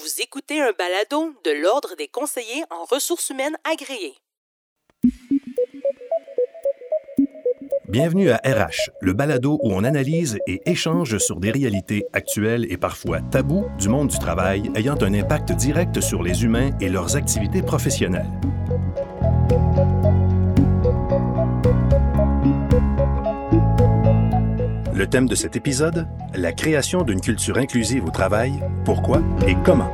Vous écoutez un balado de l'Ordre des conseillers en ressources humaines agréés. Bienvenue à RH, le balado où on analyse et échange sur des réalités actuelles et parfois tabous du monde du travail ayant un impact direct sur les humains et leurs activités professionnelles. Le thème de cet épisode, la création d'une culture inclusive au travail, pourquoi et comment.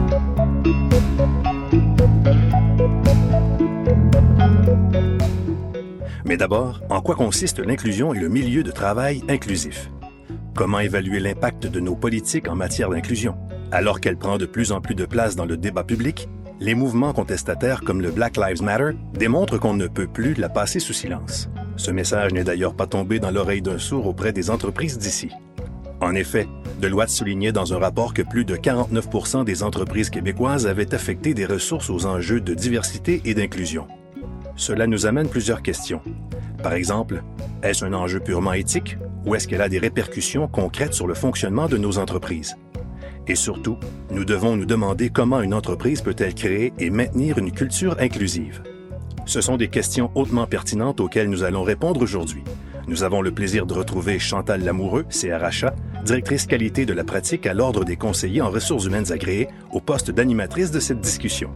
Mais d'abord, en quoi consiste l'inclusion et le milieu de travail inclusif? Comment évaluer l'impact de nos politiques en matière d'inclusion? Alors qu'elle prend de plus en plus de place dans le débat public, les mouvements contestataires comme le Black Lives Matter démontrent qu'on ne peut plus la passer sous silence. Ce message n'est d'ailleurs pas tombé dans l'oreille d'un sourd auprès des entreprises d'ici. En effet, Deloitte soulignait dans un rapport que plus de 49% des entreprises québécoises avaient affecté des ressources aux enjeux de diversité et d'inclusion. Cela nous amène plusieurs questions. Par exemple, est-ce un enjeu purement éthique ou est-ce qu'elle a des répercussions concrètes sur le fonctionnement de nos entreprises? Et surtout, nous devons nous demander comment une entreprise peut-elle créer et maintenir une culture inclusive. Ce sont des questions hautement pertinentes auxquelles nous allons répondre aujourd'hui. Nous avons le plaisir de retrouver Chantal Lamoureux, CRHA, directrice qualité de la pratique à l'Ordre des conseillers en ressources humaines agréées, au poste d'animatrice de cette discussion.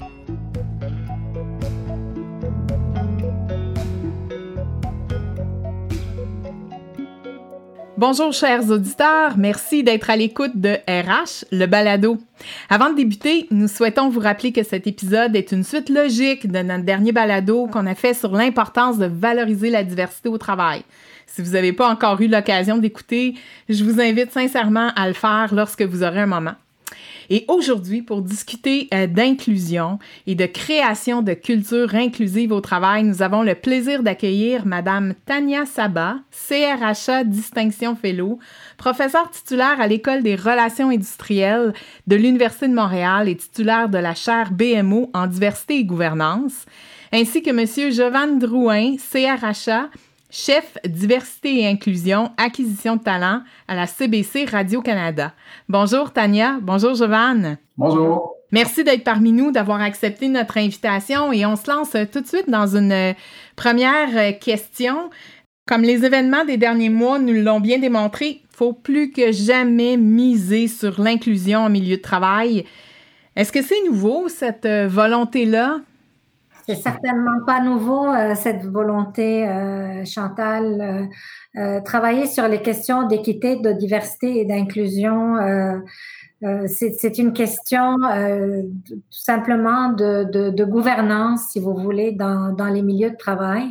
Bonjour chers auditeurs, merci d'être à l'écoute de RH, le balado. Avant de débuter, nous souhaitons vous rappeler que cet épisode est une suite logique de notre dernier balado qu'on a fait sur l'importance de valoriser la diversité au travail. Si vous n'avez pas encore eu l'occasion d'écouter, je vous invite sincèrement à le faire lorsque vous aurez un moment. Et aujourd'hui, pour discuter d'inclusion et de création de culture inclusive au travail, nous avons le plaisir d'accueillir Madame Tania Saba, CRHA Distinction Fellow, professeure titulaire à l'École des relations industrielles de l'Université de Montréal et titulaire de la chaire BMO en diversité et gouvernance, ainsi que Monsieur Jovan Drouin, CRHA, chef diversité et inclusion, acquisition de talent à la CBC Radio-Canada. Bonjour Tania, bonjour Jovan. Bonjour. Merci d'être parmi nous, d'avoir accepté notre invitation et on se lance tout de suite dans une première question. Comme les événements des derniers mois nous l'ont bien démontré, il faut plus que jamais miser sur l'inclusion en milieu de travail. Est-ce que c'est nouveau, cette volonté-là? C'est certainement pas nouveau, cette volonté, Chantal. Travailler sur les questions d'équité, de diversité et d'inclusion, c'est une question tout simplement de gouvernance, si vous voulez, dans les milieux de travail.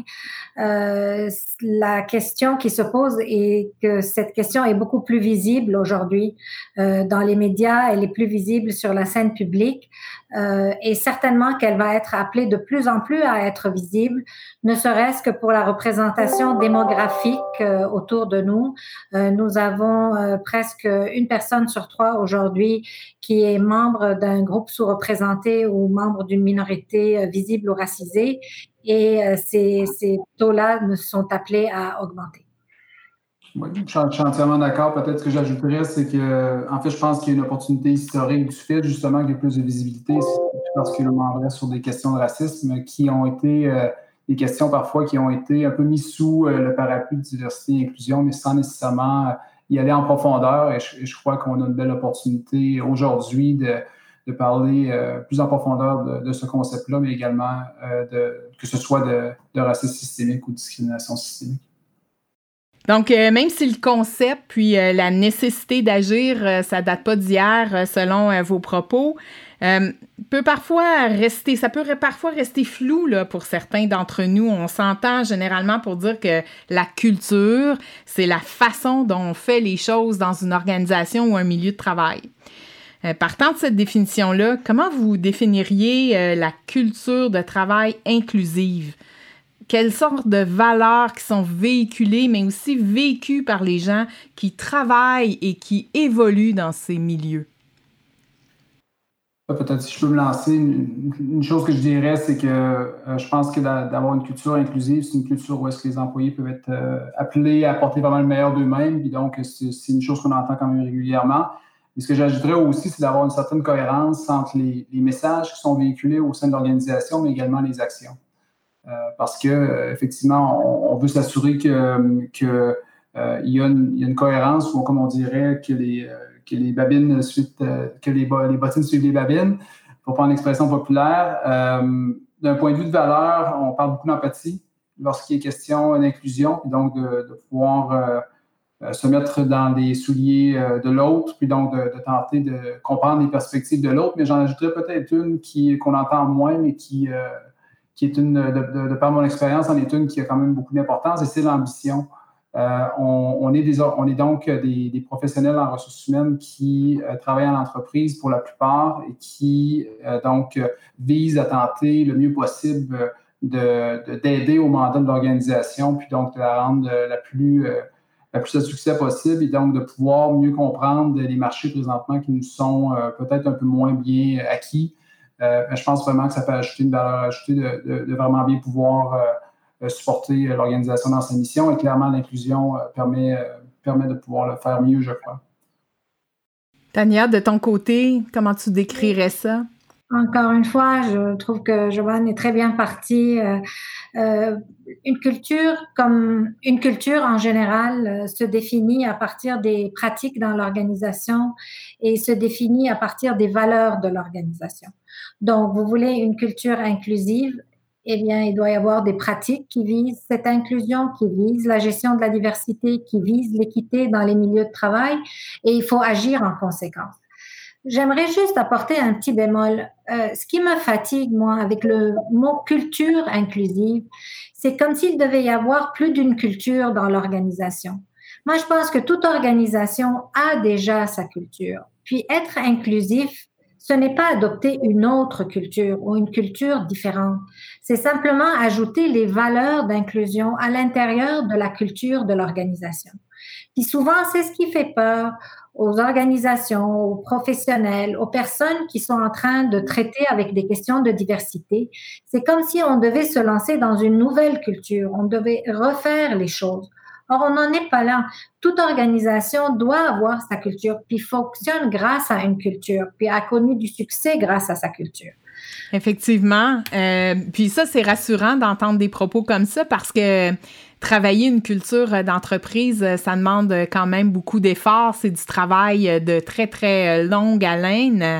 La question qui se pose est que cette question est beaucoup plus visible aujourd'hui dans les médias, elle est plus visible sur la scène publique et certainement qu'elle va être appelée de plus en plus à être visible, ne serait-ce que pour la représentation démographique autour de nous. Nous avons presque une personne sur 3 aujourd'hui qui est membre d'un groupe sous-représenté ou membre d'une minorité visible ou racisée. Et ces taux-là sont appelés à augmenter. Oui, je suis entièrement d'accord. Peut-être ce que j'ajouterais, c'est que, en fait, je pense qu'il y a une opportunité historique du fait, justement, qu'il y ait plus de visibilité, plus particulièrement vrai sur des questions de racisme qui ont été des questions parfois qui ont été un peu mises sous le parapluie de diversité et inclusion, mais sans nécessairement y aller en profondeur. Et je crois qu'on a une belle opportunité aujourd'hui de parler plus en profondeur de ce concept-là, mais également que ce soit de racisme systémique ou de discrimination systémique. Donc, même si le concept puis la nécessité d'agir, ça date pas d'hier, selon vos propos, peut parfois rester flou là, pour certains d'entre nous. On s'entend généralement pour dire que la culture, c'est la façon dont on fait les choses dans une organisation ou un milieu de travail. Partant de cette définition-là, comment vous définiriez la culture de travail inclusive? Quelles sortes de valeurs qui sont véhiculées, mais aussi vécues par les gens qui travaillent et qui évoluent dans ces milieux? Peut-être si je peux me lancer, une chose que je dirais, c'est que je pense que d'avoir une culture inclusive, c'est une culture où est-ce que les employés peuvent être appelés à apporter vraiment le meilleur d'eux-mêmes. Puis donc, c'est une chose qu'on entend quand même régulièrement. Et ce que j'ajouterais aussi, c'est d'avoir une certaine cohérence entre les messages qui sont véhiculés au sein de l'organisation, mais également les actions. Parce que effectivement, on veut s'assurer que il y a une cohérence, ou comme on dirait que les babines que les bottines suivent les babines, pour prendre l'expression populaire. D'un point de vue de valeur, on parle beaucoup d'empathie lorsqu'il est question d'inclusion, puis donc de pouvoir se mettre dans les souliers de l'autre, puis donc de tenter de comprendre les perspectives de l'autre. Mais j'en ajouterais peut-être une qu'on entend moins, mais qui est une, de par mon expérience, en est une qui a quand même beaucoup d'importance, et c'est l'ambition. On est donc des professionnels en ressources humaines qui travaillent en entreprise pour la plupart et qui donc visent à tenter le mieux possible d'aider au mandat de l'organisation, puis donc de la rendre la plus à succès possible, et donc de pouvoir mieux comprendre les marchés présentement qui nous sont peut-être un peu moins bien acquis. Je pense vraiment que ça peut ajouter une valeur ajoutée de vraiment bien pouvoir supporter l'organisation dans sa mission, et clairement l'inclusion permet de pouvoir le faire mieux, je crois. Tania, de ton côté, comment tu décrirais ça? Encore une fois, je trouve que Joanne est très bien partie. Une culture en général se définit à partir des pratiques dans l'organisation et se définit à partir des valeurs de l'organisation. Donc, vous voulez une culture inclusive, eh bien, il doit y avoir des pratiques qui visent cette inclusion, qui visent la gestion de la diversité, qui visent l'équité dans les milieux de travail, et il faut agir en conséquence. J'aimerais juste apporter un petit bémol. Ce qui me fatigue, moi, avec le mot culture inclusive, c'est comme s'il devait y avoir plus d'une culture dans l'organisation. Moi, je pense que toute organisation a déjà sa culture. Puis être inclusif, ce n'est pas adopter une autre culture ou une culture différente. C'est simplement ajouter les valeurs d'inclusion à l'intérieur de la culture de l'organisation. Puis souvent, c'est ce qui fait peur aux organisations, aux professionnels, aux personnes qui sont en train de traiter avec des questions de diversité. C'est comme si on devait se lancer dans une nouvelle culture, on devait refaire les choses. Or, on n'en est pas là. Toute organisation doit avoir sa culture, puis fonctionne grâce à une culture, puis a connu du succès grâce à sa culture. Effectivement. Puis ça, c'est rassurant d'entendre des propos comme ça, parce que travailler une culture d'entreprise, ça demande quand même beaucoup d'efforts. C'est du travail de très, très longue haleine,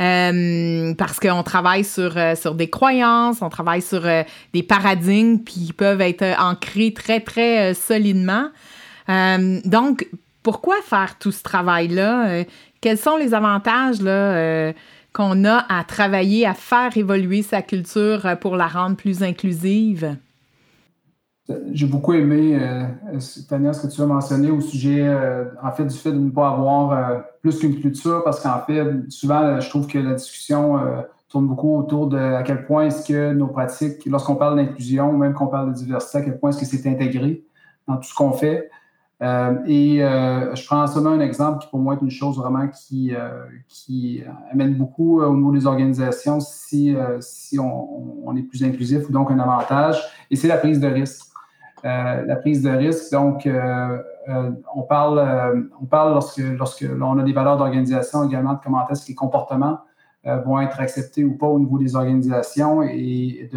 parce qu'on travaille sur des croyances, on travaille sur des paradigmes, puis ils peuvent être ancrés très, très solidement. Donc, pourquoi faire tout ce travail-là? Quels sont les avantages là, qu'on a à travailler, à faire évoluer sa culture pour la rendre plus inclusive? J'ai beaucoup aimé, Tania, ce que tu as mentionné au sujet, en fait, du fait de ne pas avoir plus qu'une culture, parce qu'en fait, souvent, je trouve que la discussion tourne beaucoup autour de à quel point est-ce que nos pratiques, lorsqu'on parle d'inclusion, même qu'on parle de diversité, à quel point est-ce que c'est intégré dans tout ce qu'on fait. Je prends seulement un exemple qui, pour moi, est une chose vraiment qui amène beaucoup au niveau des organisations si on est plus inclusif, ou donc un avantage, et c'est la prise de risque. La prise de risque, donc, on parle lorsque l'on a des valeurs d'organisation également, de comment est-ce que les comportements vont être acceptés ou pas au niveau des organisations, et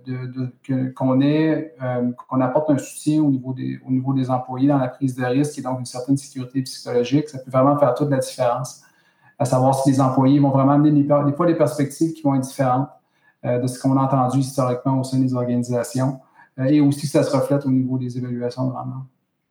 qu'on apporte un soutien au niveau des employés dans la prise de risque, et donc une certaine sécurité psychologique. Ça peut vraiment faire toute la différence, à savoir si les employés vont vraiment amener des fois des perspectives qui vont être différentes de ce qu'on a entendu historiquement au sein des organisations, et aussi ça se reflète au niveau des évaluations de rendement.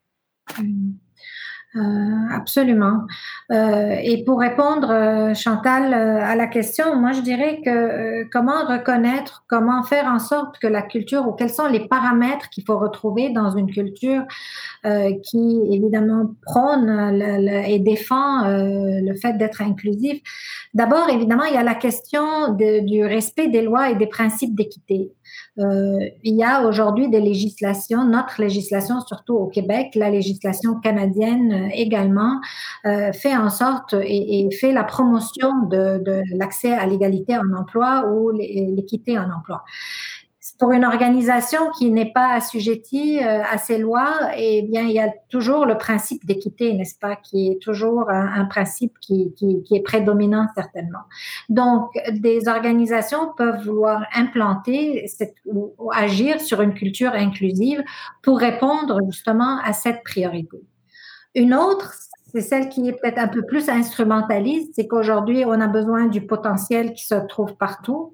Absolument. Et pour répondre, Chantal, à la question, moi je dirais que comment reconnaître, comment faire en sorte que la culture, ou quels sont les paramètres qu'il faut retrouver dans une culture qui évidemment prône et défend le fait d'être inclusif. D'abord, évidemment, il y a la question du respect des lois et des principes d'équité. Il y a aujourd'hui des législations, notre législation, surtout au Québec, la législation canadienne également, fait en sorte et fait la promotion de l'accès à l'égalité en emploi ou l'équité en emploi. pour une organisation qui n'est pas assujettie à ces lois, eh bien, il y a toujours le principe d'équité, n'est-ce pas, qui est toujours un principe qui est prédominant certainement. Donc, des organisations peuvent vouloir implanter ou agir sur une culture inclusive pour répondre justement à cette priorité. Une autre, c'est celle qui est peut-être un peu plus instrumentaliste, c'est qu'aujourd'hui, on a besoin du potentiel qui se trouve partout.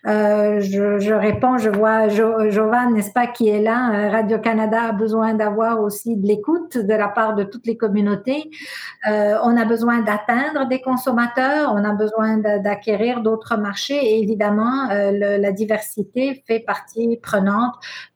Je réponds, je vois Jovan, n'est-ce pas, qui est là. Radio-Canada a besoin d'avoir aussi de l'écoute de la part de toutes les communautés. On a besoin d'atteindre des consommateurs, on a besoin d'acquérir d'autres marchés et évidemment, la diversité fait partie prenante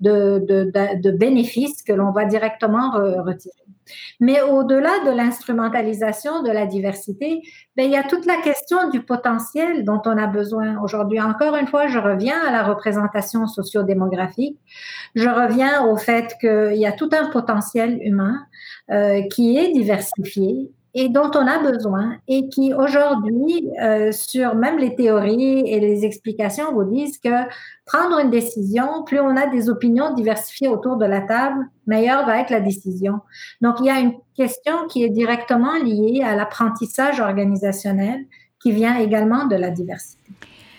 de bénéfices que l'on va directement retirer. Mais au-delà de l'instrumentalisation de la diversité, il y a toute la question du potentiel dont on a besoin aujourd'hui. Encore une fois, je reviens à la représentation sociodémographique. Je reviens au fait qu'il y a tout un potentiel humain qui est diversifié et dont on a besoin et qui aujourd'hui, sur même les théories et les explications, vous disent que prendre une décision, plus on a des opinions diversifiées autour de la table, meilleure va être la décision. Donc, il y a une question qui est directement liée à l'apprentissage organisationnel qui vient également de la diversité.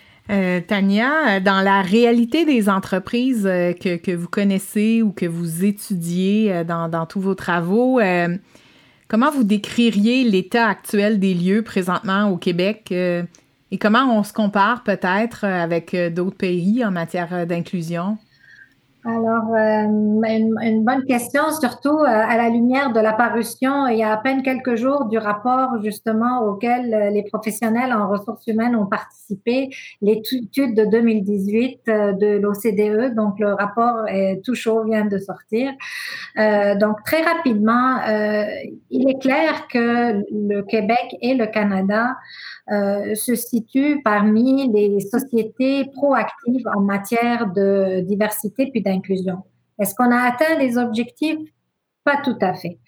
Tania, dans la réalité des entreprises que vous connaissez ou que vous étudiez dans tous vos travaux, comment vous décririez l'état actuel des lieux présentement au Québec et comment on se compare peut-être avec d'autres pays en matière d'inclusion? Alors, une bonne question, surtout à la lumière de la parution il y a à peine quelques jours du rapport justement auquel les professionnels en ressources humaines ont participé, l'étude de 2018 de l'OCDE. Donc, le rapport est tout chaud, vient de sortir. Donc, très rapidement, il est clair que le Québec et le Canada se situent parmi les sociétés proactives en matière de diversité puis d'inclusion. Est-ce qu'on a atteint les objectifs? Pas tout à fait.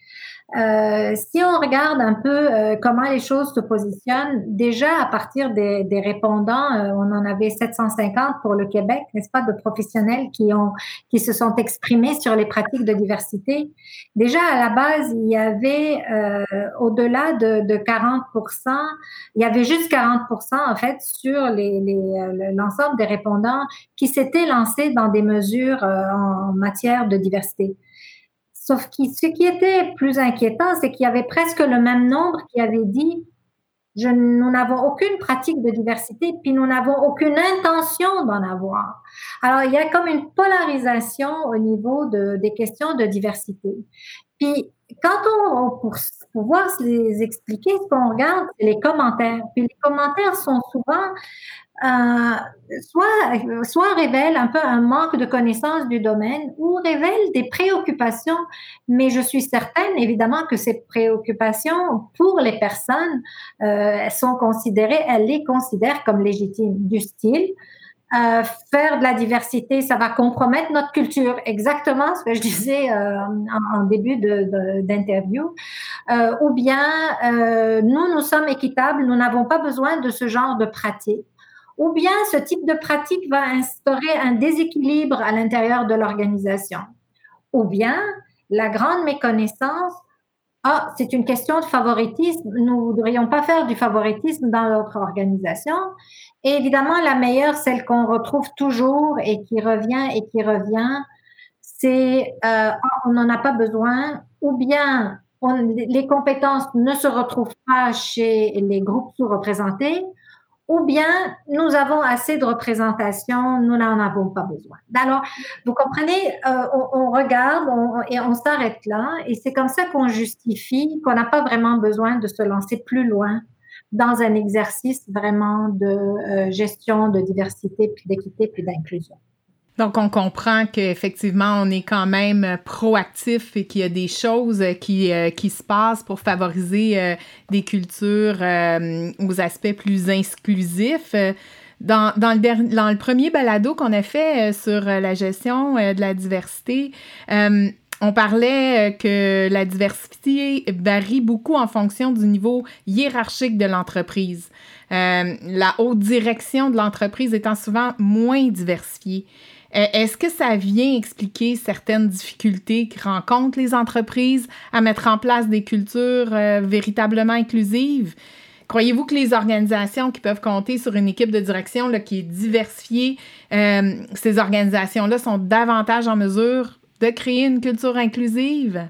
Si on regarde un peu comment les choses se positionnent, déjà à partir des répondants, on en avait 750 pour le Québec, n'est-ce pas, de professionnels qui se sont exprimés sur les pratiques de diversité. Déjà à la base, il y avait au-delà de 40%, il y avait juste 40% en fait sur l'ensemble des répondants qui s'étaient lancés dans des mesures en matière de diversité. Sauf que ce qui était plus inquiétant, c'est qu'il y avait presque le même nombre qui avait dit « nous n'avons aucune pratique de diversité, puis nous n'avons aucune intention d'en avoir ». Alors, il y a comme une polarisation au niveau des questions de diversité. Puis, quand pour pouvoir les expliquer, ce qu'on regarde, c'est les commentaires. Puis, les commentaires sont souvent soit révèlent un peu un manque de connaissance du domaine ou révèlent des préoccupations, mais je suis certaine évidemment que ces préoccupations pour les personnes elles les considèrent comme légitimes, du style faire de la diversité, ça va compromettre notre culture, exactement ce que je disais en début d'interview, ou bien nous sommes équitables, nous n'avons pas besoin de ce genre de pratique. Ou bien ce type de pratique va instaurer un déséquilibre à l'intérieur de l'organisation. Ou bien la grande méconnaissance, c'est une question de favoritisme, nous ne voudrions pas faire du favoritisme dans notre organisation. Et évidemment, la meilleure, celle qu'on retrouve toujours et qui revient, c'est on n'en a pas besoin, ou bien les compétences ne se retrouvent pas chez les groupes sous-représentés, ou bien nous avons assez de représentation, nous n'en avons pas besoin. Alors, vous comprenez, on regarde et on s'arrête là, et c'est comme ça qu'on justifie qu'on n'a pas vraiment besoin de se lancer plus loin dans un exercice vraiment de gestion de diversité, puis d'équité, puis d'inclusion. Donc, on comprend qu'effectivement, on est quand même proactif et qu'il y a des choses qui se passent pour favoriser des cultures aux aspects plus inclusifs. Dans le premier balado qu'on a fait sur la gestion de la diversité, on parlait que la diversité varie beaucoup en fonction du niveau hiérarchique de l'entreprise. La haute direction de l'entreprise étant souvent moins diversifiée. Est-ce que ça vient expliquer certaines difficultés que rencontrent les entreprises à mettre en place des cultures véritablement inclusives? Croyez-vous que les organisations qui peuvent compter sur une équipe de direction là, qui est diversifiée, ces organisations-là sont davantage en mesure de créer une culture inclusive?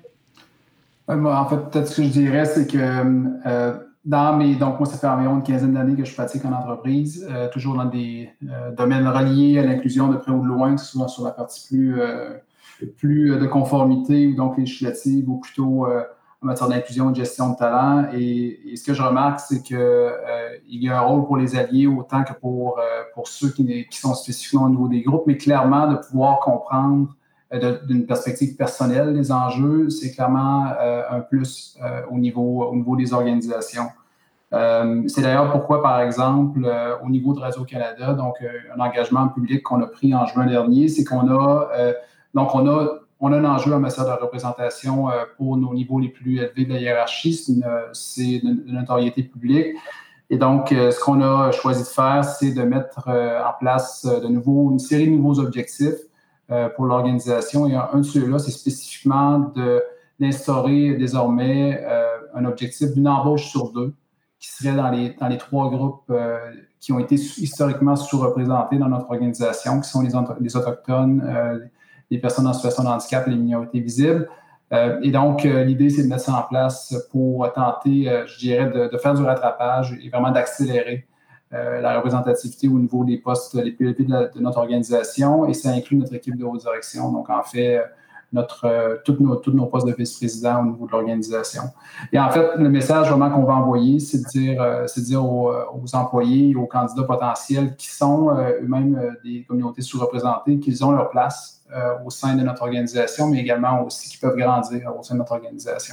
En fait, peut-être ce que je dirais, c'est que donc moi, ça fait environ une quinzaine d'années que je pratique en entreprise, toujours dans des domaines reliés à l'inclusion de près ou de loin, que ce soit sur la partie plus de conformité ou donc législative ou plutôt en matière d'inclusion et de gestion de talent. Et ce que je remarque, c'est qu'il y a un rôle pour les alliés autant que pour ceux qui sont spécifiquement au niveau des groupes, mais clairement de pouvoir comprendre d'une perspective personnelle les enjeux, c'est clairement un plus au niveau des organisations. C'est d'ailleurs pourquoi, par exemple, au niveau de Radio-Canada, donc un engagement public qu'on a pris en juin dernier, c'est qu'on a on a un enjeu en matière de représentation pour nos niveaux les plus élevés de la hiérarchie. C'est une notoriété publique. Et donc, ce qu'on a choisi de faire, c'est de mettre en place une série de nouveaux objectifs pour l'organisation. Et un de ceux-là, c'est spécifiquement d'instaurer désormais un objectif d'une embauche sur 2 qui serait dans les 3 groupes qui ont été historiquement sous-représentés dans notre organisation, qui sont les Autochtones, les personnes en situation de handicap et les minorités visibles. Et donc, l'idée, c'est de mettre ça en place pour tenter, je dirais, de faire du rattrapage et vraiment d'accélérer la représentativité au niveau des postes les plus élevés de notre organisation. Et ça inclut notre équipe de haute direction. Donc, en fait, tous nos postes de vice-président au niveau de l'organisation. Et en fait, le message vraiment qu'on va envoyer, c'est de dire aux employés et aux candidats potentiels qui sont eux-mêmes des communautés sous-représentées qu'ils ont leur place au sein de notre organisation, mais également aussi qu'ils peuvent grandir au sein de notre organisation.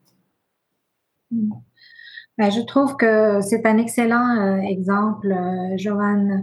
Ben, je trouve que c'est un excellent exemple, Joanne.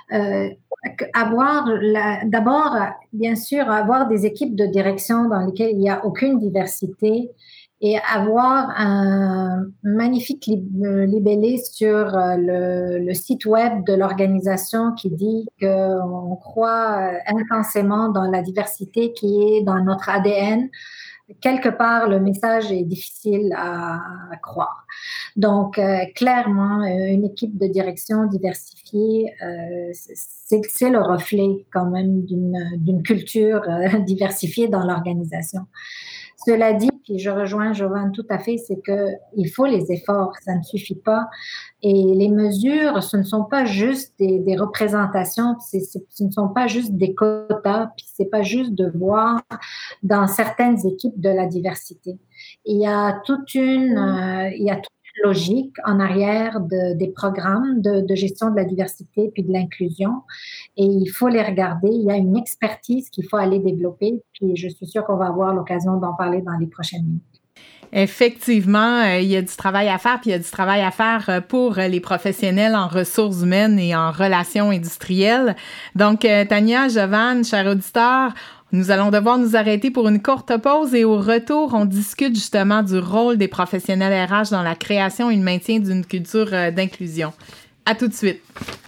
D'abord, bien sûr, avoir des équipes de direction dans lesquelles il n'y a aucune diversité et avoir un magnifique libellé sur le site web de l'organisation qui dit qu'on croit intensément dans la diversité qui est dans notre ADN. Quelque part, le message est difficile à croire. Donc, clairement, une équipe de direction diversifiée, c'est le reflet quand même d'une culture diversifiée dans l'organisation. Cela dit, puis je rejoins Joanne tout à fait, c'est qu'il faut les efforts, ça ne suffit pas. Et les mesures, ce ne sont pas juste des représentations, ce ne sont pas juste des quotas, puis c'est pas juste de voir dans certaines équipes de la diversité. Il y a toute une logique en arrière des programmes de gestion de la diversité puis de l'inclusion. Et il faut les regarder. Il y a une expertise qu'il faut aller développer. Puis je suis sûre qu'on va avoir l'occasion d'en parler dans les prochaines minutes. Effectivement, il y a du travail à faire, puis il y a du travail à faire pour les professionnels en ressources humaines et en relations industrielles. Donc, Tania, Jovan, chers auditeurs, nous allons devoir nous arrêter pour une courte pause et au retour, on discute justement du rôle des professionnels RH dans la création et le maintien d'une culture d'inclusion. À tout de suite.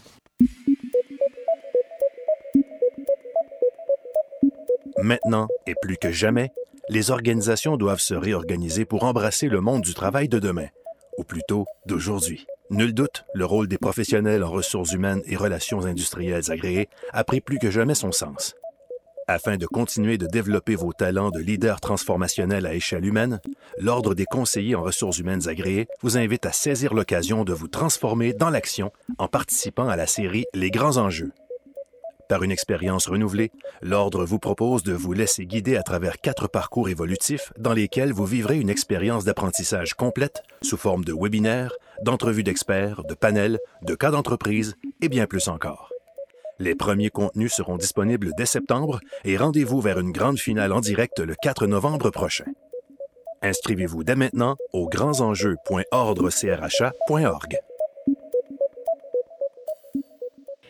Maintenant et plus que jamais, les organisations doivent se réorganiser pour embrasser le monde du travail de demain, ou plutôt d'aujourd'hui. Nul doute, le rôle des professionnels en ressources humaines et relations industrielles agréées a pris plus que jamais son sens. Afin de continuer de développer vos talents de leader transformationnel à échelle humaine, l'Ordre des conseillers en ressources humaines agréées vous invite à saisir l'occasion de vous transformer dans l'action en participant à la série Les grands enjeux. Par une expérience renouvelée, l'Ordre vous propose de vous laisser guider à travers 4 parcours évolutifs dans lesquels vous vivrez une expérience d'apprentissage complète sous forme de webinaires, d'entrevues d'experts, de panels, de cas d'entreprise et bien plus encore. Les premiers contenus seront disponibles dès septembre et rendez-vous vers une grande finale en direct le 4 novembre prochain. Inscrivez-vous dès maintenant au grandsenjeux.ordrecrha.org.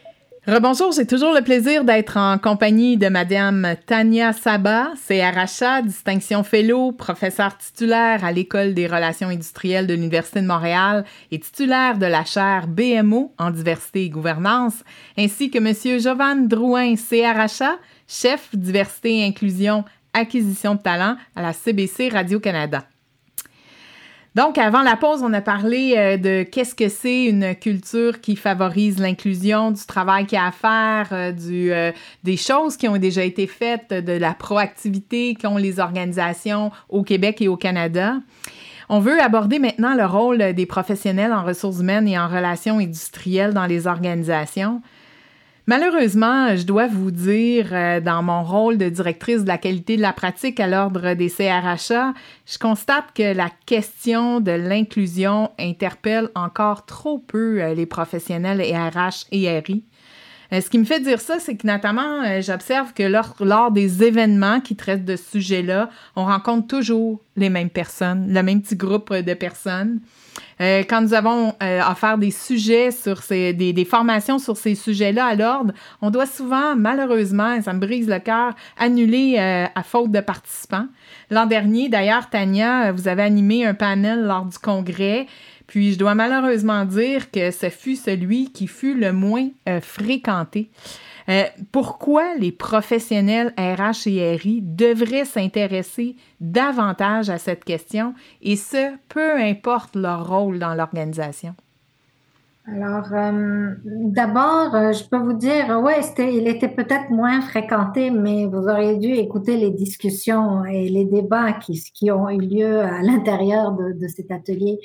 Rebonjour, j'ai toujours le plaisir d'être en compagnie de Madame Tania Saba, CRHA, distinction fellow, professeure titulaire à l'École des relations industrielles de l'Université de Montréal et titulaire de la chaire BMO en diversité et gouvernance, ainsi que Monsieur Jovan Drouin, CRHA, chef diversité et inclusion, acquisition de talent à la CBC Radio-Canada. Donc, avant la pause, on a parlé de qu'est-ce que c'est une culture qui favorise l'inclusion, du travail qu'il y a à faire, des choses qui ont déjà été faites, de la proactivité qu'ont les organisations au Québec et au Canada. On veut aborder maintenant le rôle des professionnels en ressources humaines et en relations industrielles dans les organisations. Malheureusement, je dois vous dire, dans mon rôle de directrice de la qualité de la pratique à l'Ordre des CRHA, je constate que la question de l'inclusion interpelle encore trop peu les professionnels RH et RI. Ce qui me fait dire ça, c'est que notamment, j'observe que lors des événements qui traitent de ce sujet-là, on rencontre toujours les mêmes personnes, le même petit groupe de personnes. Quand nous avons offert des sujets sur des formations sur ces sujets-là à l'ordre, on doit souvent, malheureusement, et ça me brise le cœur, annuler à faute de participants. L'an dernier, d'ailleurs, Tania, vous avez animé un panel lors du congrès, puis je dois malheureusement dire que ce fut celui qui fut le moins fréquenté. Pourquoi les professionnels RH et RI devraient s'intéresser davantage à cette question, et ce, peu importe leur rôle dans l'organisation? Alors, d'abord, je peux vous dire, il était peut-être moins fréquenté, mais vous auriez dû écouter les discussions et les débats qui ont eu lieu à l'intérieur de cet atelier.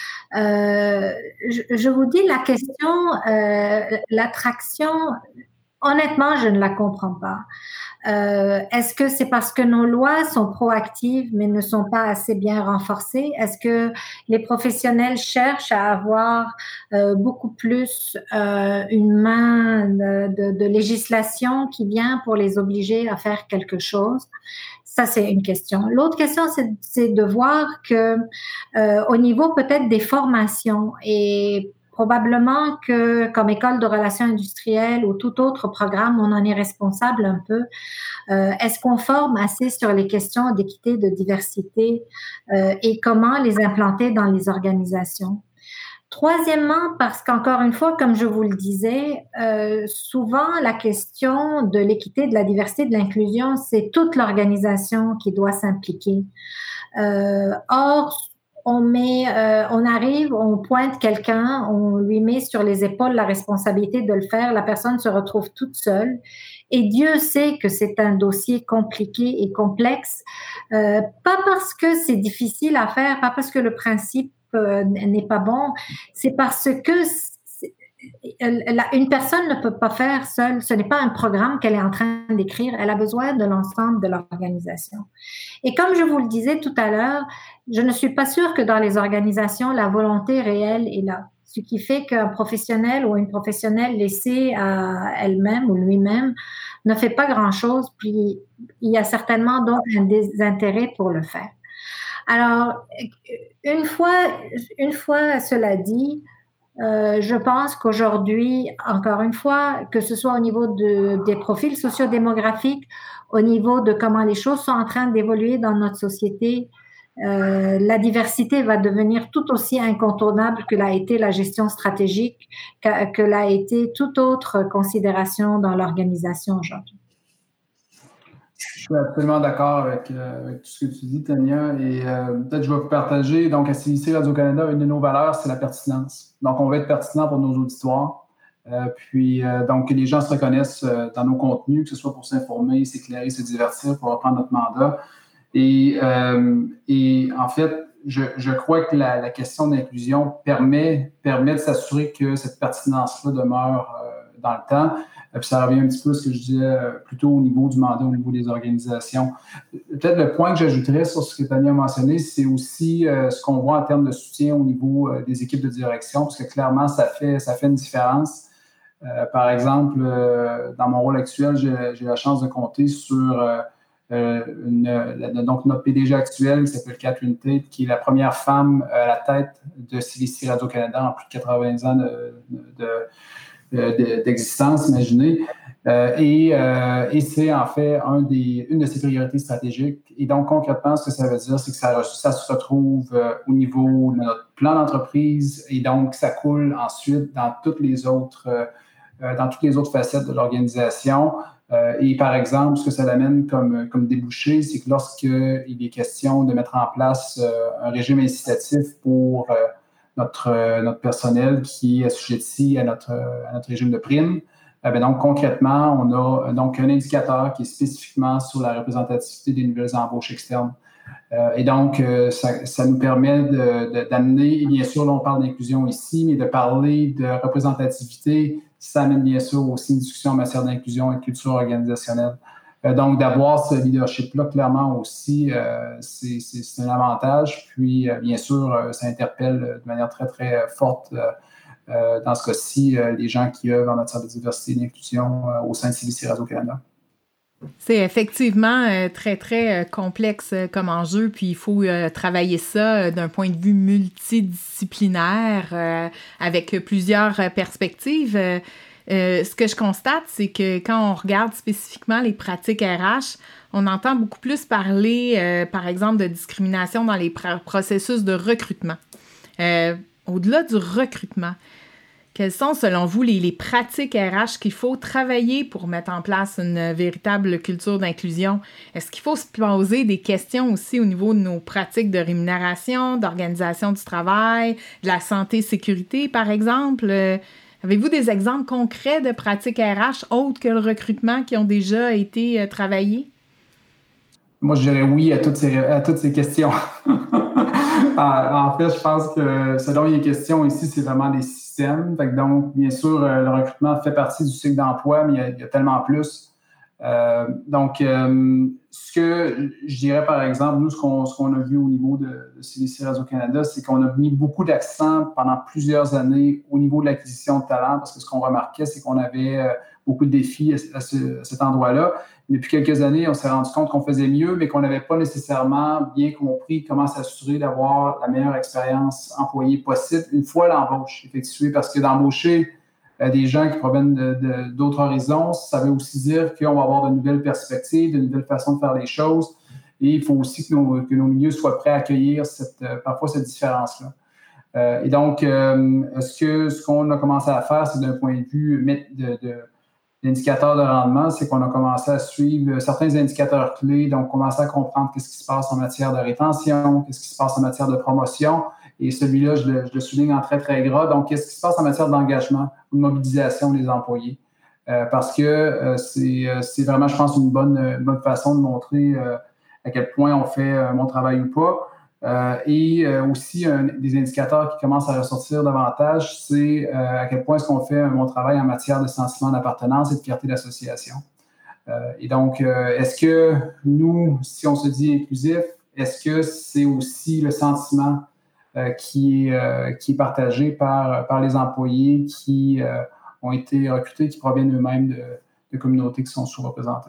Je vous dis la question, l'attraction, honnêtement, je ne la comprends pas. Est-ce que c'est parce que nos lois sont proactives mais ne sont pas assez bien renforcées? Est-ce que les professionnels cherchent à avoir beaucoup plus une main de législation qui vient pour les obliger à faire quelque chose? Ça, c'est une question. L'autre question, c'est de voir que au niveau peut-être des formations et probablement que comme école de relations industrielles ou tout autre programme, on en est responsable un peu. Est-ce qu'on forme assez sur les questions d'équité, de diversité et comment les implanter dans les organisations? Troisièmement, parce qu'encore une fois, comme je vous le disais, souvent la question de l'équité, de la diversité, de l'inclusion, c'est toute l'organisation qui doit s'impliquer. Or, on arrive, on pointe quelqu'un, on lui met sur les épaules la responsabilité de le faire, la personne se retrouve toute seule. Et Dieu sait que c'est un dossier compliqué et complexe, pas parce que c'est difficile à faire, pas parce que le principe n'est pas bon, c'est parce que une personne ne peut pas faire seule. Ce n'est pas un programme qu'elle est en train d'écrire. Elle a besoin de l'ensemble de l'organisation. Et comme je vous le disais tout à l'heure, je ne suis pas sûre que dans les organisations, la volonté réelle est là. Ce qui fait qu'un professionnel ou une professionnelle laissée à elle-même ou lui-même ne fait pas grand-chose, puis il y a certainement donc un désintérêt pour le faire. Alors, une fois cela dit, je pense qu'aujourd'hui, encore une fois, que ce soit au niveau des profils sociodémographiques, au niveau de comment les choses sont en train d'évoluer dans notre société, la diversité va devenir tout aussi incontournable que l'a été la gestion stratégique, que l'a été toute autre considération dans l'organisation aujourd'hui. Je suis absolument d'accord avec tout ce que tu dis, Tania. Et peut-être je vais vous partager. Donc, à CBC Radio-Canada, une de nos valeurs, c'est la pertinence. Donc, on veut être pertinent pour nos auditoires. Donc, que les gens se reconnaissent dans nos contenus, que ce soit pour s'informer, s'éclairer, se divertir, pour reprendre notre mandat. Et en fait, je crois que la question d'inclusion permet de s'assurer que cette pertinence-là demeure dans le temps. Puis ça revient un petit peu à ce que je disais plutôt au niveau du mandat, au niveau des organisations. Peut-être le point que j'ajouterais sur ce que Tania a mentionné, c'est aussi ce qu'on voit en termes de soutien au niveau des équipes de direction, parce que clairement, ça fait une différence. Par exemple, dans mon rôle actuel, j'ai la chance de compter sur donc notre PDG actuelle, qui s'appelle Catherine Tate, qui est la première femme à la tête de CBC Radio-Canada en plus de 80 ans d'existence, imaginez. Et c'est en fait une de ses priorités stratégiques. Et donc, concrètement, ce que ça veut dire, c'est que ça se retrouve au niveau de notre plan d'entreprise et donc ça coule ensuite dans toutes les autres facettes de l'organisation. Et par exemple, ce que ça amène comme débouché, c'est que lorsqu'il est question de mettre en place un régime incitatif pour notre personnel qui est assujetti à notre régime de prime, donc, concrètement, on a donc un indicateur qui est spécifiquement sur la représentativité des nouvelles embauches externes. Et donc, ça nous permet d'amener, bien sûr, là, on parle d'inclusion ici, mais de parler de représentativité, ça amène bien sûr aussi une discussion en matière d'inclusion et de culture organisationnelle. Donc, d'avoir ce leadership-là, clairement aussi, c'est un avantage. Puis, bien sûr, ça interpelle de manière très, très forte dans ce cas-ci, les gens qui œuvrent en matière de diversité et d'inclusion au sein de CBC Radio-Canada. C'est effectivement très, très complexe comme enjeu, puis il faut travailler ça d'un point de vue multidisciplinaire avec plusieurs perspectives. Ce que je constate, c'est que quand on regarde spécifiquement les pratiques RH, on entend beaucoup plus parler, par exemple, de discrimination dans les processus de recrutement. Au-delà du recrutement, quelles sont, selon vous, les pratiques RH qu'il faut travailler pour mettre en place une véritable culture d'inclusion? Est-ce qu'il faut se poser des questions aussi au niveau de nos pratiques de rémunération, d'organisation du travail, de la santé-sécurité, par exemple? Avez-vous des exemples concrets de pratiques RH autres que le recrutement qui ont déjà été travaillées? Moi, je dirais oui à toutes ces questions. En fait, je pense que ce dont il est question ici, c'est vraiment des systèmes. Fait que donc, bien sûr, le recrutement fait partie du cycle d'emploi, mais il y a tellement plus. Ce que je dirais, par exemple, nous, ce qu'on a vu au niveau de CBC Radio-Canada, c'est qu'on a mis beaucoup d'accent pendant plusieurs années au niveau de l'acquisition de talent, parce que ce qu'on remarquait, c'est qu'on avait beaucoup de défis à cet endroit-là. Depuis quelques années, on s'est rendu compte qu'on faisait mieux, mais qu'on n'avait pas nécessairement bien compris comment s'assurer d'avoir la meilleure expérience employée possible une fois l'embauche effectuée. Parce que d'embaucher des gens qui proviennent d'autres horizons, ça veut aussi dire qu'on va avoir de nouvelles perspectives, de nouvelles façons de faire les choses. Et il faut aussi que nos milieux soient prêts à accueillir parfois cette différence-là. Et donc, ce qu'on a commencé à faire, c'est d'un point de vue d'indicateurs de rendement, c'est qu'on a commencé à suivre certains indicateurs clés, donc commencer à comprendre qu'est-ce qui se passe en matière de rétention, qu'est-ce qui se passe en matière de promotion, et celui-là, je le souligne en très, très gras. Donc, qu'est-ce qui se passe en matière d'engagement ou de mobilisation des employés? Parce que c'est vraiment, je pense, une bonne façon de montrer à quel point on fait un bon travail ou pas. Et aussi, des indicateurs qui commencent à ressortir davantage, c'est à quel point est-ce qu'on fait un bon travail en matière de sentiment d'appartenance et de fierté d'association. Et donc, est-ce que nous, si on se dit inclusif, est-ce que c'est aussi le sentiment qui est partagé par les employés qui ont été recrutés, qui proviennent eux-mêmes de communautés qui sont sous-représentées?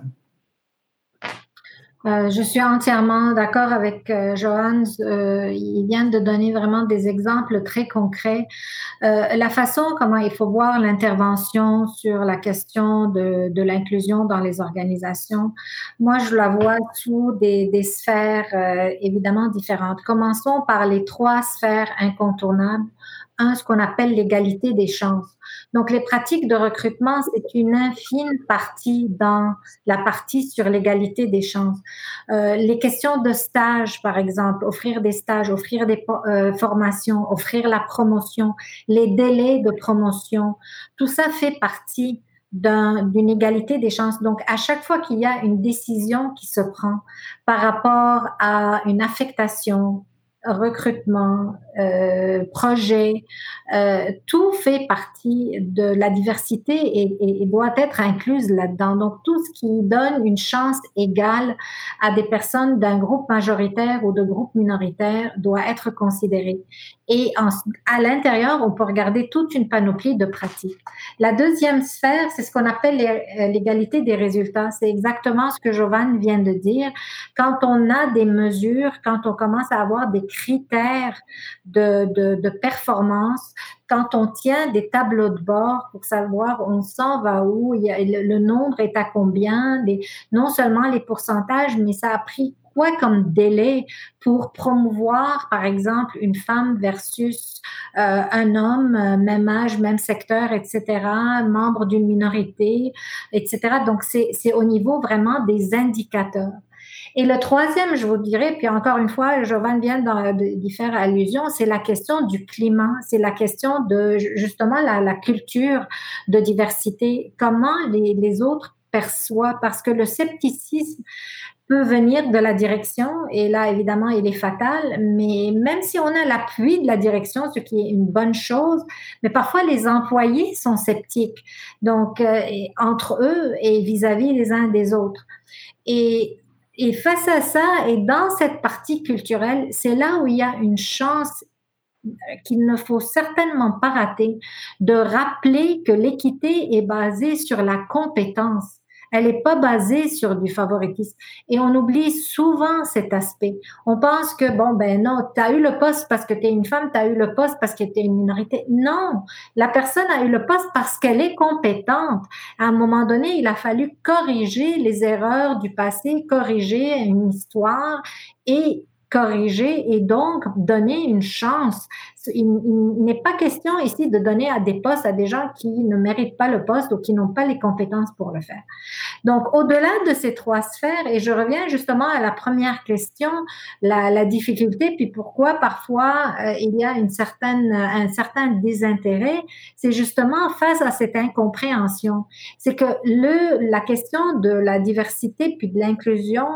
Je suis entièrement d'accord avec Johan. Il vient de donner vraiment des exemples très concrets. La façon comment il faut voir l'intervention sur la question de l'inclusion dans les organisations, moi, je la vois sous des sphères évidemment différentes. Commençons par les 3 sphères incontournables. Ce qu'on appelle l'égalité des chances. Donc, les pratiques de recrutement, c'est une infime partie dans la partie sur l'égalité des chances. Les questions de stage, par exemple, offrir des stages, offrir des formations, offrir la promotion, les délais de promotion, tout ça fait partie d'une égalité des chances. Donc, à chaque fois qu'il y a une décision qui se prend par rapport à une affectation, recrutement, projet, tout fait partie de la diversité et doit être incluse là-dedans. Donc, tout ce qui donne une chance égale à des personnes d'un groupe majoritaire ou de groupe minoritaire doit être considéré. Et à l'intérieur, on peut regarder toute une panoplie de pratiques. La deuxième sphère, c'est ce qu'on appelle l'égalité des résultats. C'est exactement ce que Jovan vient de dire. Quand on a des mesures, quand on commence à avoir des critères de performance quand on tient des tableaux de bord pour savoir on s'en va où, le nombre est à combien, non seulement les pourcentages, mais ça a pris quoi comme délai pour promouvoir, par exemple, une femme versus un homme, même âge, même secteur, etc., membre d'une minorité, etc. Donc, c'est au niveau vraiment des indicateurs. Et le troisième, je vous dirais, puis encore une fois, Jovan vient d'y faire allusion, c'est la question du climat, c'est la question de justement la culture de diversité, comment les autres perçoivent, parce que le scepticisme peut venir de la direction, et là, évidemment, il est fatal, mais même si on a l'appui de la direction, ce qui est une bonne chose, mais parfois les employés sont sceptiques, donc entre eux et vis-à-vis les uns des autres. Et face à ça, et dans cette partie culturelle, c'est là où il y a une chance qu'il ne faut certainement pas rater, de rappeler que l'équité est basée sur la compétence. Elle n'est pas basée sur du favoritisme. Et on oublie souvent cet aspect. On pense que, non, tu as eu le poste parce que tu es une femme, tu as eu le poste parce que tu es une minorité. Non, la personne a eu le poste parce qu'elle est compétente. À un moment donné, il a fallu corriger les erreurs du passé, corriger une histoire et corriger et donc donner une chance. Il n'est pas question ici de donner à des postes à des gens qui ne méritent pas le poste ou qui n'ont pas les compétences pour le faire. Donc, au-delà de ces trois sphères, et je reviens justement à la première question, la difficulté, puis pourquoi parfois il y a un certain désintérêt, c'est justement face à cette incompréhension. C'est que la question de la diversité puis de l'inclusion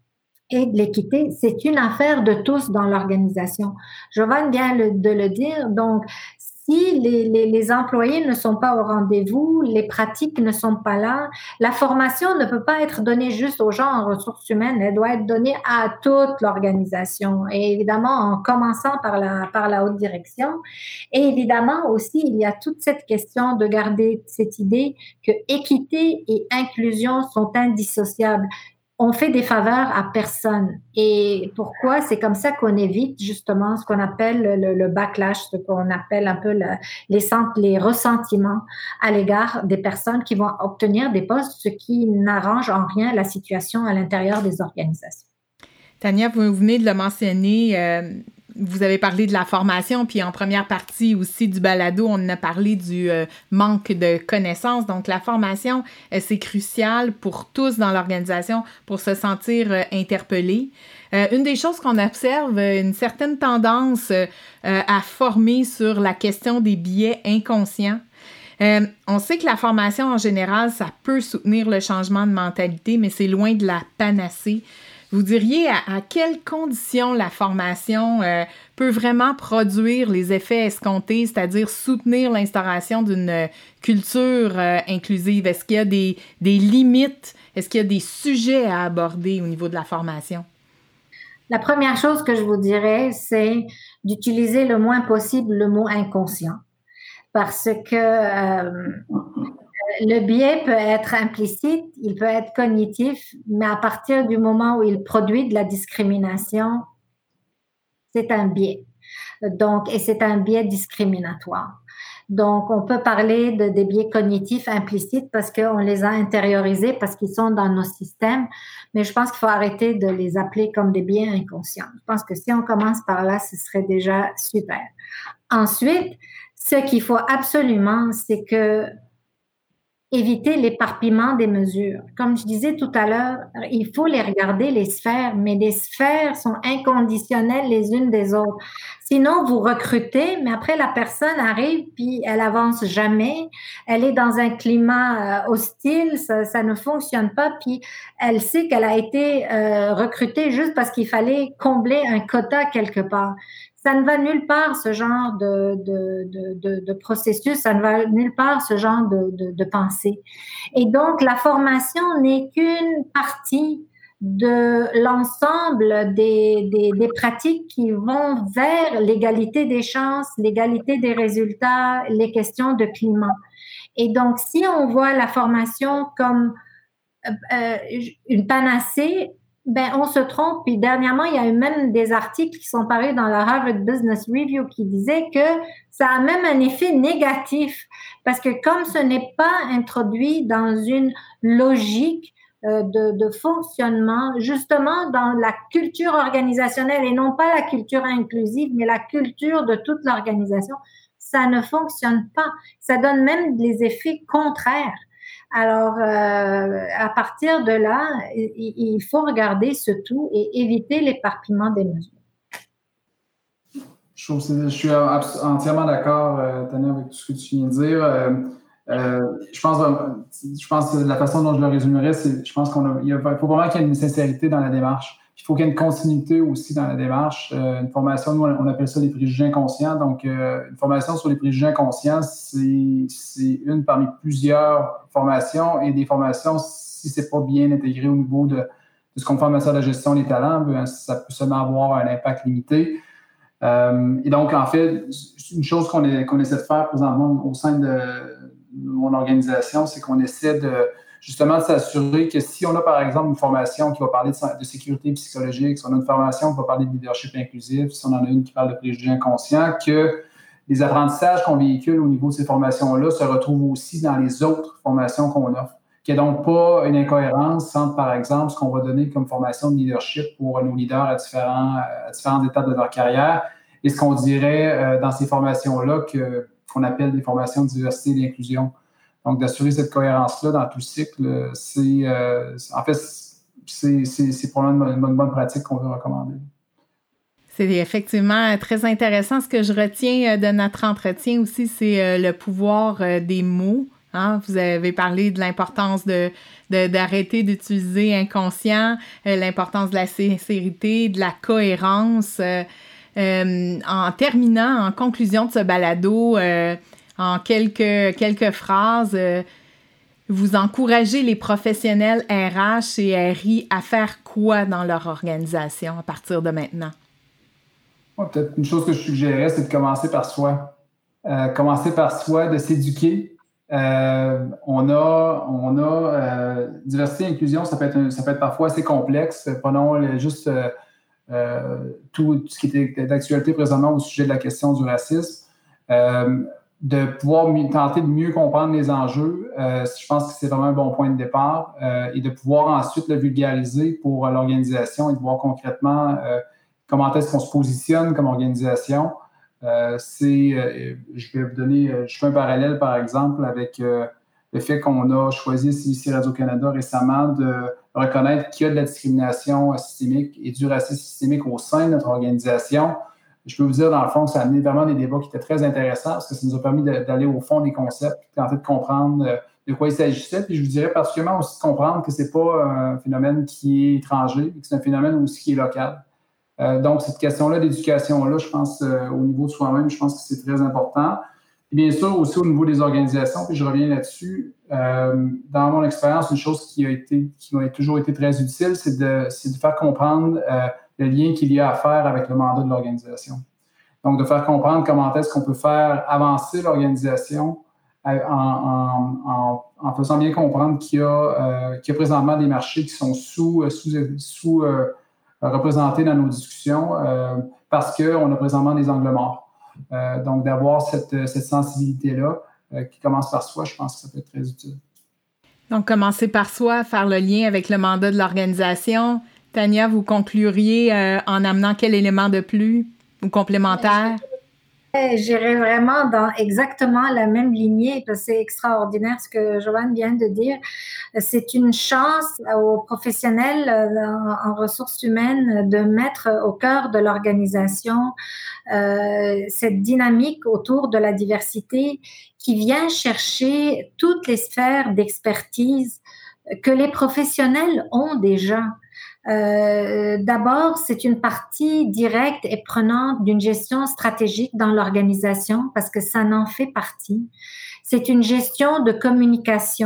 et de l'équité, c'est une affaire de tous dans l'organisation. Jovan vient de le dire, donc si les employés ne sont pas au rendez-vous, les pratiques ne sont pas là, la formation ne peut pas être donnée juste aux gens en ressources humaines, elle doit être donnée à toute l'organisation, et évidemment en commençant par la haute direction. Et évidemment aussi, il y a toute cette question de garder cette idée que équité et inclusion sont indissociables. On fait des faveurs à personne. Et pourquoi? C'est comme ça qu'on évite justement ce qu'on appelle le backlash, ce qu'on appelle un peu les ressentiments à l'égard des personnes qui vont obtenir des postes, ce qui n'arrange en rien la situation à l'intérieur des organisations. Tania, vous venez de le mentionner, vous avez parlé de la formation, puis en première partie aussi du balado, on a parlé du manque de connaissances. Donc, la formation, c'est crucial pour tous dans l'organisation pour se sentir interpellés. Une des choses qu'on observe, une certaine tendance à former sur la question des biais inconscients. On sait que la formation, en général, ça peut soutenir le changement de mentalité, mais c'est loin de la panacée. Vous diriez à quelles conditions la formation peut vraiment produire les effets escomptés, c'est-à-dire soutenir l'instauration d'une culture inclusive? Est-ce qu'il y a des limites? Est-ce qu'il y a des sujets à aborder au niveau de la formation? La première chose que je vous dirais, c'est d'utiliser le moins possible le mot inconscient. Parce que le biais peut être implicite, il peut être cognitif, mais à partir du moment où il produit de la discrimination, c'est un biais. Donc, et c'est un biais discriminatoire. Donc, on peut parler des biais cognitifs implicites parce qu'on les a intériorisés, parce qu'ils sont dans nos systèmes, mais je pense qu'il faut arrêter de les appeler comme des biais inconscients. Je pense que si on commence par là, ce serait déjà super. Ensuite, ce qu'il faut absolument, c'est que éviter l'éparpillement des mesures. Comme je disais tout à l'heure, il faut les regarder, les sphères, mais les sphères sont inconditionnelles les unes des autres. Sinon, vous recrutez, mais après, la personne arrive, puis elle avance jamais. Elle est dans un climat hostile, ça ne fonctionne pas, puis elle sait qu'elle a été recrutée juste parce qu'il fallait combler un quota quelque part. Ça ne va nulle part, ce genre de processus, ça ne va nulle part, ce genre de pensée. Et donc, la formation n'est qu'une partie de l'ensemble des pratiques qui vont vers l'égalité des chances, l'égalité des résultats, les questions de climat. Et donc, si on voit la formation comme une panacée, Ben, on se trompe. Puis dernièrement, il y a eu même des articles qui sont parus dans la Harvard Business Review qui disaient que ça a même un effet négatif parce que comme ce n'est pas introduit dans une logique de fonctionnement, justement dans la culture organisationnelle et non pas la culture inclusive, mais la culture de toute l'organisation, ça ne fonctionne pas. Ça donne même des effets contraires. Alors, à partir de là, il faut regarder ce tout et éviter l'éparpillement des mesures. Je suis entièrement d'accord, Tania, avec tout ce que tu viens de dire. Je pense que la façon dont je le résumerais, c'est je pense faut vraiment qu'il y ait une sincérité dans la démarche. Il faut qu'il y ait une continuité aussi dans la démarche. Une formation, nous, on appelle ça les préjugés inconscients. Donc, une formation sur les préjugés inconscients, c'est une parmi plusieurs formations. Et des formations, si c'est pas bien intégré au niveau de ce qu'on fait en matière de gestion des talents, ça peut seulement avoir un impact limité. Et donc, en fait, une chose qu'on essaie de faire présentement au sein de mon organisation, c'est qu'on essaie justement de s'assurer que si on a, par exemple, une formation qui va parler de sécurité psychologique, si on a une formation qui va parler de leadership inclusif, si on en a une qui parle de préjugés inconscients, que les apprentissages qu'on véhicule au niveau de ces formations-là se retrouvent aussi dans les autres formations qu'on offre. Qu'il n'y ait donc pas une incohérence entre, par exemple, ce qu'on va donner comme formation de leadership pour nos leaders à différentes étapes de leur carrière et ce qu'on dirait dans ces formations-là qu'on appelle des formations de diversité et d'inclusion. Donc, d'assurer cette cohérence-là dans tout le cycle, c'est probablement une bonne pratique qu'on veut recommander. C'est effectivement très intéressant. Ce que je retiens de notre entretien aussi, c'est le pouvoir des mots. Hein? Vous avez parlé de l'importance d'arrêter d'utiliser inconscient, l'importance de la sincérité, de la cohérence. En terminant, en conclusion de ce balado, en quelques phrases, vous encouragez les professionnels RH et RI à faire quoi dans leur organisation à partir de maintenant? Ouais, peut-être une chose que je suggérais, c'est de commencer par soi. Commencer par soi, de s'éduquer. On a diversité et inclusion, ça peut être parfois assez complexe. Prenons juste tout ce qui est d'actualité présentement au sujet de la question du racisme. De pouvoir tenter de mieux comprendre les enjeux, je pense que c'est vraiment un bon point de départ et de pouvoir ensuite le vulgariser pour l'organisation et de voir concrètement comment est-ce qu'on se positionne comme organisation. Je fais un parallèle, par exemple, avec le fait qu'on a choisi ici Radio-Canada récemment de reconnaître qu'il y a de la discrimination systémique et du racisme systémique au sein de notre organisation. Je peux vous dire, dans le fond, que ça a amené vraiment des débats qui étaient très intéressants parce que ça nous a permis d'aller au fond des concepts, tenter de comprendre de quoi il s'agissait. Puis je vous dirais particulièrement aussi de comprendre que ce n'est pas un phénomène qui est étranger, que c'est un phénomène aussi qui est local. Donc, cette question-là d'éducation-là, je pense, au niveau de soi-même, je pense que c'est très important. Et bien sûr, aussi au niveau des organisations, puis je reviens là-dessus, dans mon expérience, une chose qui m'a toujours été très utile, c'est de faire comprendre le lien qu'il y a à faire avec le mandat de l'organisation. Donc, de faire comprendre comment est-ce qu'on peut faire avancer l'organisation en faisant bien comprendre qu'il y a présentement des marchés qui sont sous représentés dans nos discussions parce qu'on a présentement des angles morts. Donc, d'avoir cette sensibilité-là qui commence par soi, je pense que ça peut être très utile. Donc, commencer par soi, faire le lien avec le mandat de l'organisation. Tania, vous concluriez en amenant quel élément de plus ou complémentaire? J'irais vraiment dans exactement la même lignée, parce que c'est extraordinaire ce que Joanne vient de dire. C'est une chance aux professionnels en ressources humaines de mettre au cœur de l'organisation cette dynamique autour de la diversité qui vient chercher toutes les sphères d'expertise que les professionnels ont déjà. D'abord, c'est une partie directe et prenante d'une gestion stratégique dans l'organisation parce que ça en fait partie. C'est une gestion de communication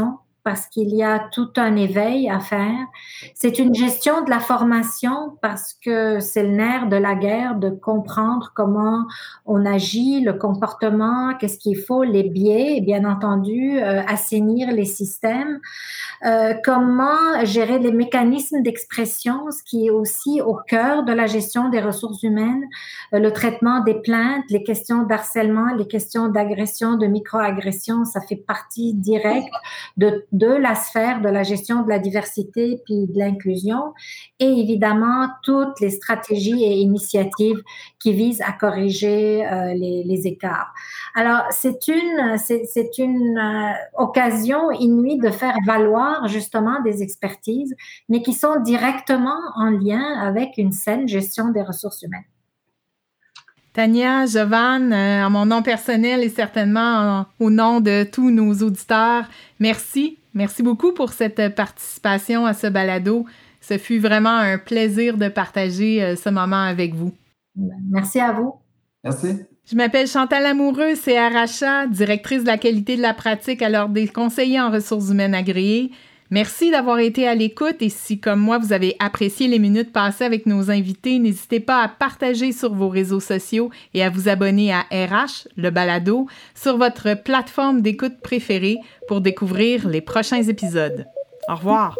parce qu'il y a tout un éveil à faire. C'est une gestion de la formation parce que c'est le nerf de la guerre de comprendre comment on agit, le comportement, qu'est-ce qu'il faut, les biais, et bien entendu, assainir les systèmes, comment gérer les mécanismes d'expression, ce qui est aussi au cœur de la gestion des ressources humaines, le traitement des plaintes, les questions d'harcèlement, les questions d'agression, de microagression, ça fait partie directe de la sphère de la gestion de la diversité puis de l'inclusion, et évidemment toutes les stratégies et initiatives qui visent à corriger les écarts. Alors c'est une occasion inouïe de faire valoir justement des expertises, mais qui sont directement en lien avec une saine gestion des ressources humaines. Tania, Giovanne, en mon nom personnel et certainement au nom de tous nos auditeurs, merci. Merci beaucoup pour cette participation à ce balado. Ce fut vraiment un plaisir de partager ce moment avec vous. Merci à vous. Merci. Je m'appelle Chantal Amoureux, CRHA, directrice de la qualité de la pratique à l'Ordre des conseillers en ressources humaines agréées. Merci d'avoir été à l'écoute et si, comme moi, vous avez apprécié les minutes passées avec nos invités, n'hésitez pas à partager sur vos réseaux sociaux et à vous abonner à RH, le balado, sur votre plateforme d'écoute préférée pour découvrir les prochains épisodes. Au revoir!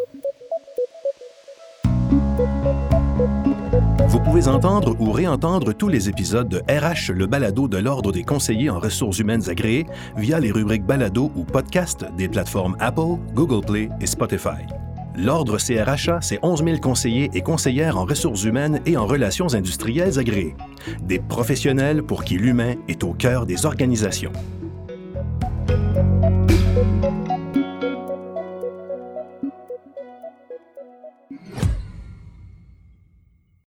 Vous pouvez entendre ou réentendre tous les épisodes de RH, le balado de l'Ordre des conseillers en ressources humaines agréées via les rubriques balado ou podcast des plateformes Apple, Google Play et Spotify. L'Ordre CRHA, c'est 11 000 conseillers et conseillères en ressources humaines et en relations industrielles agréées. Des professionnels pour qui l'humain est au cœur des organisations.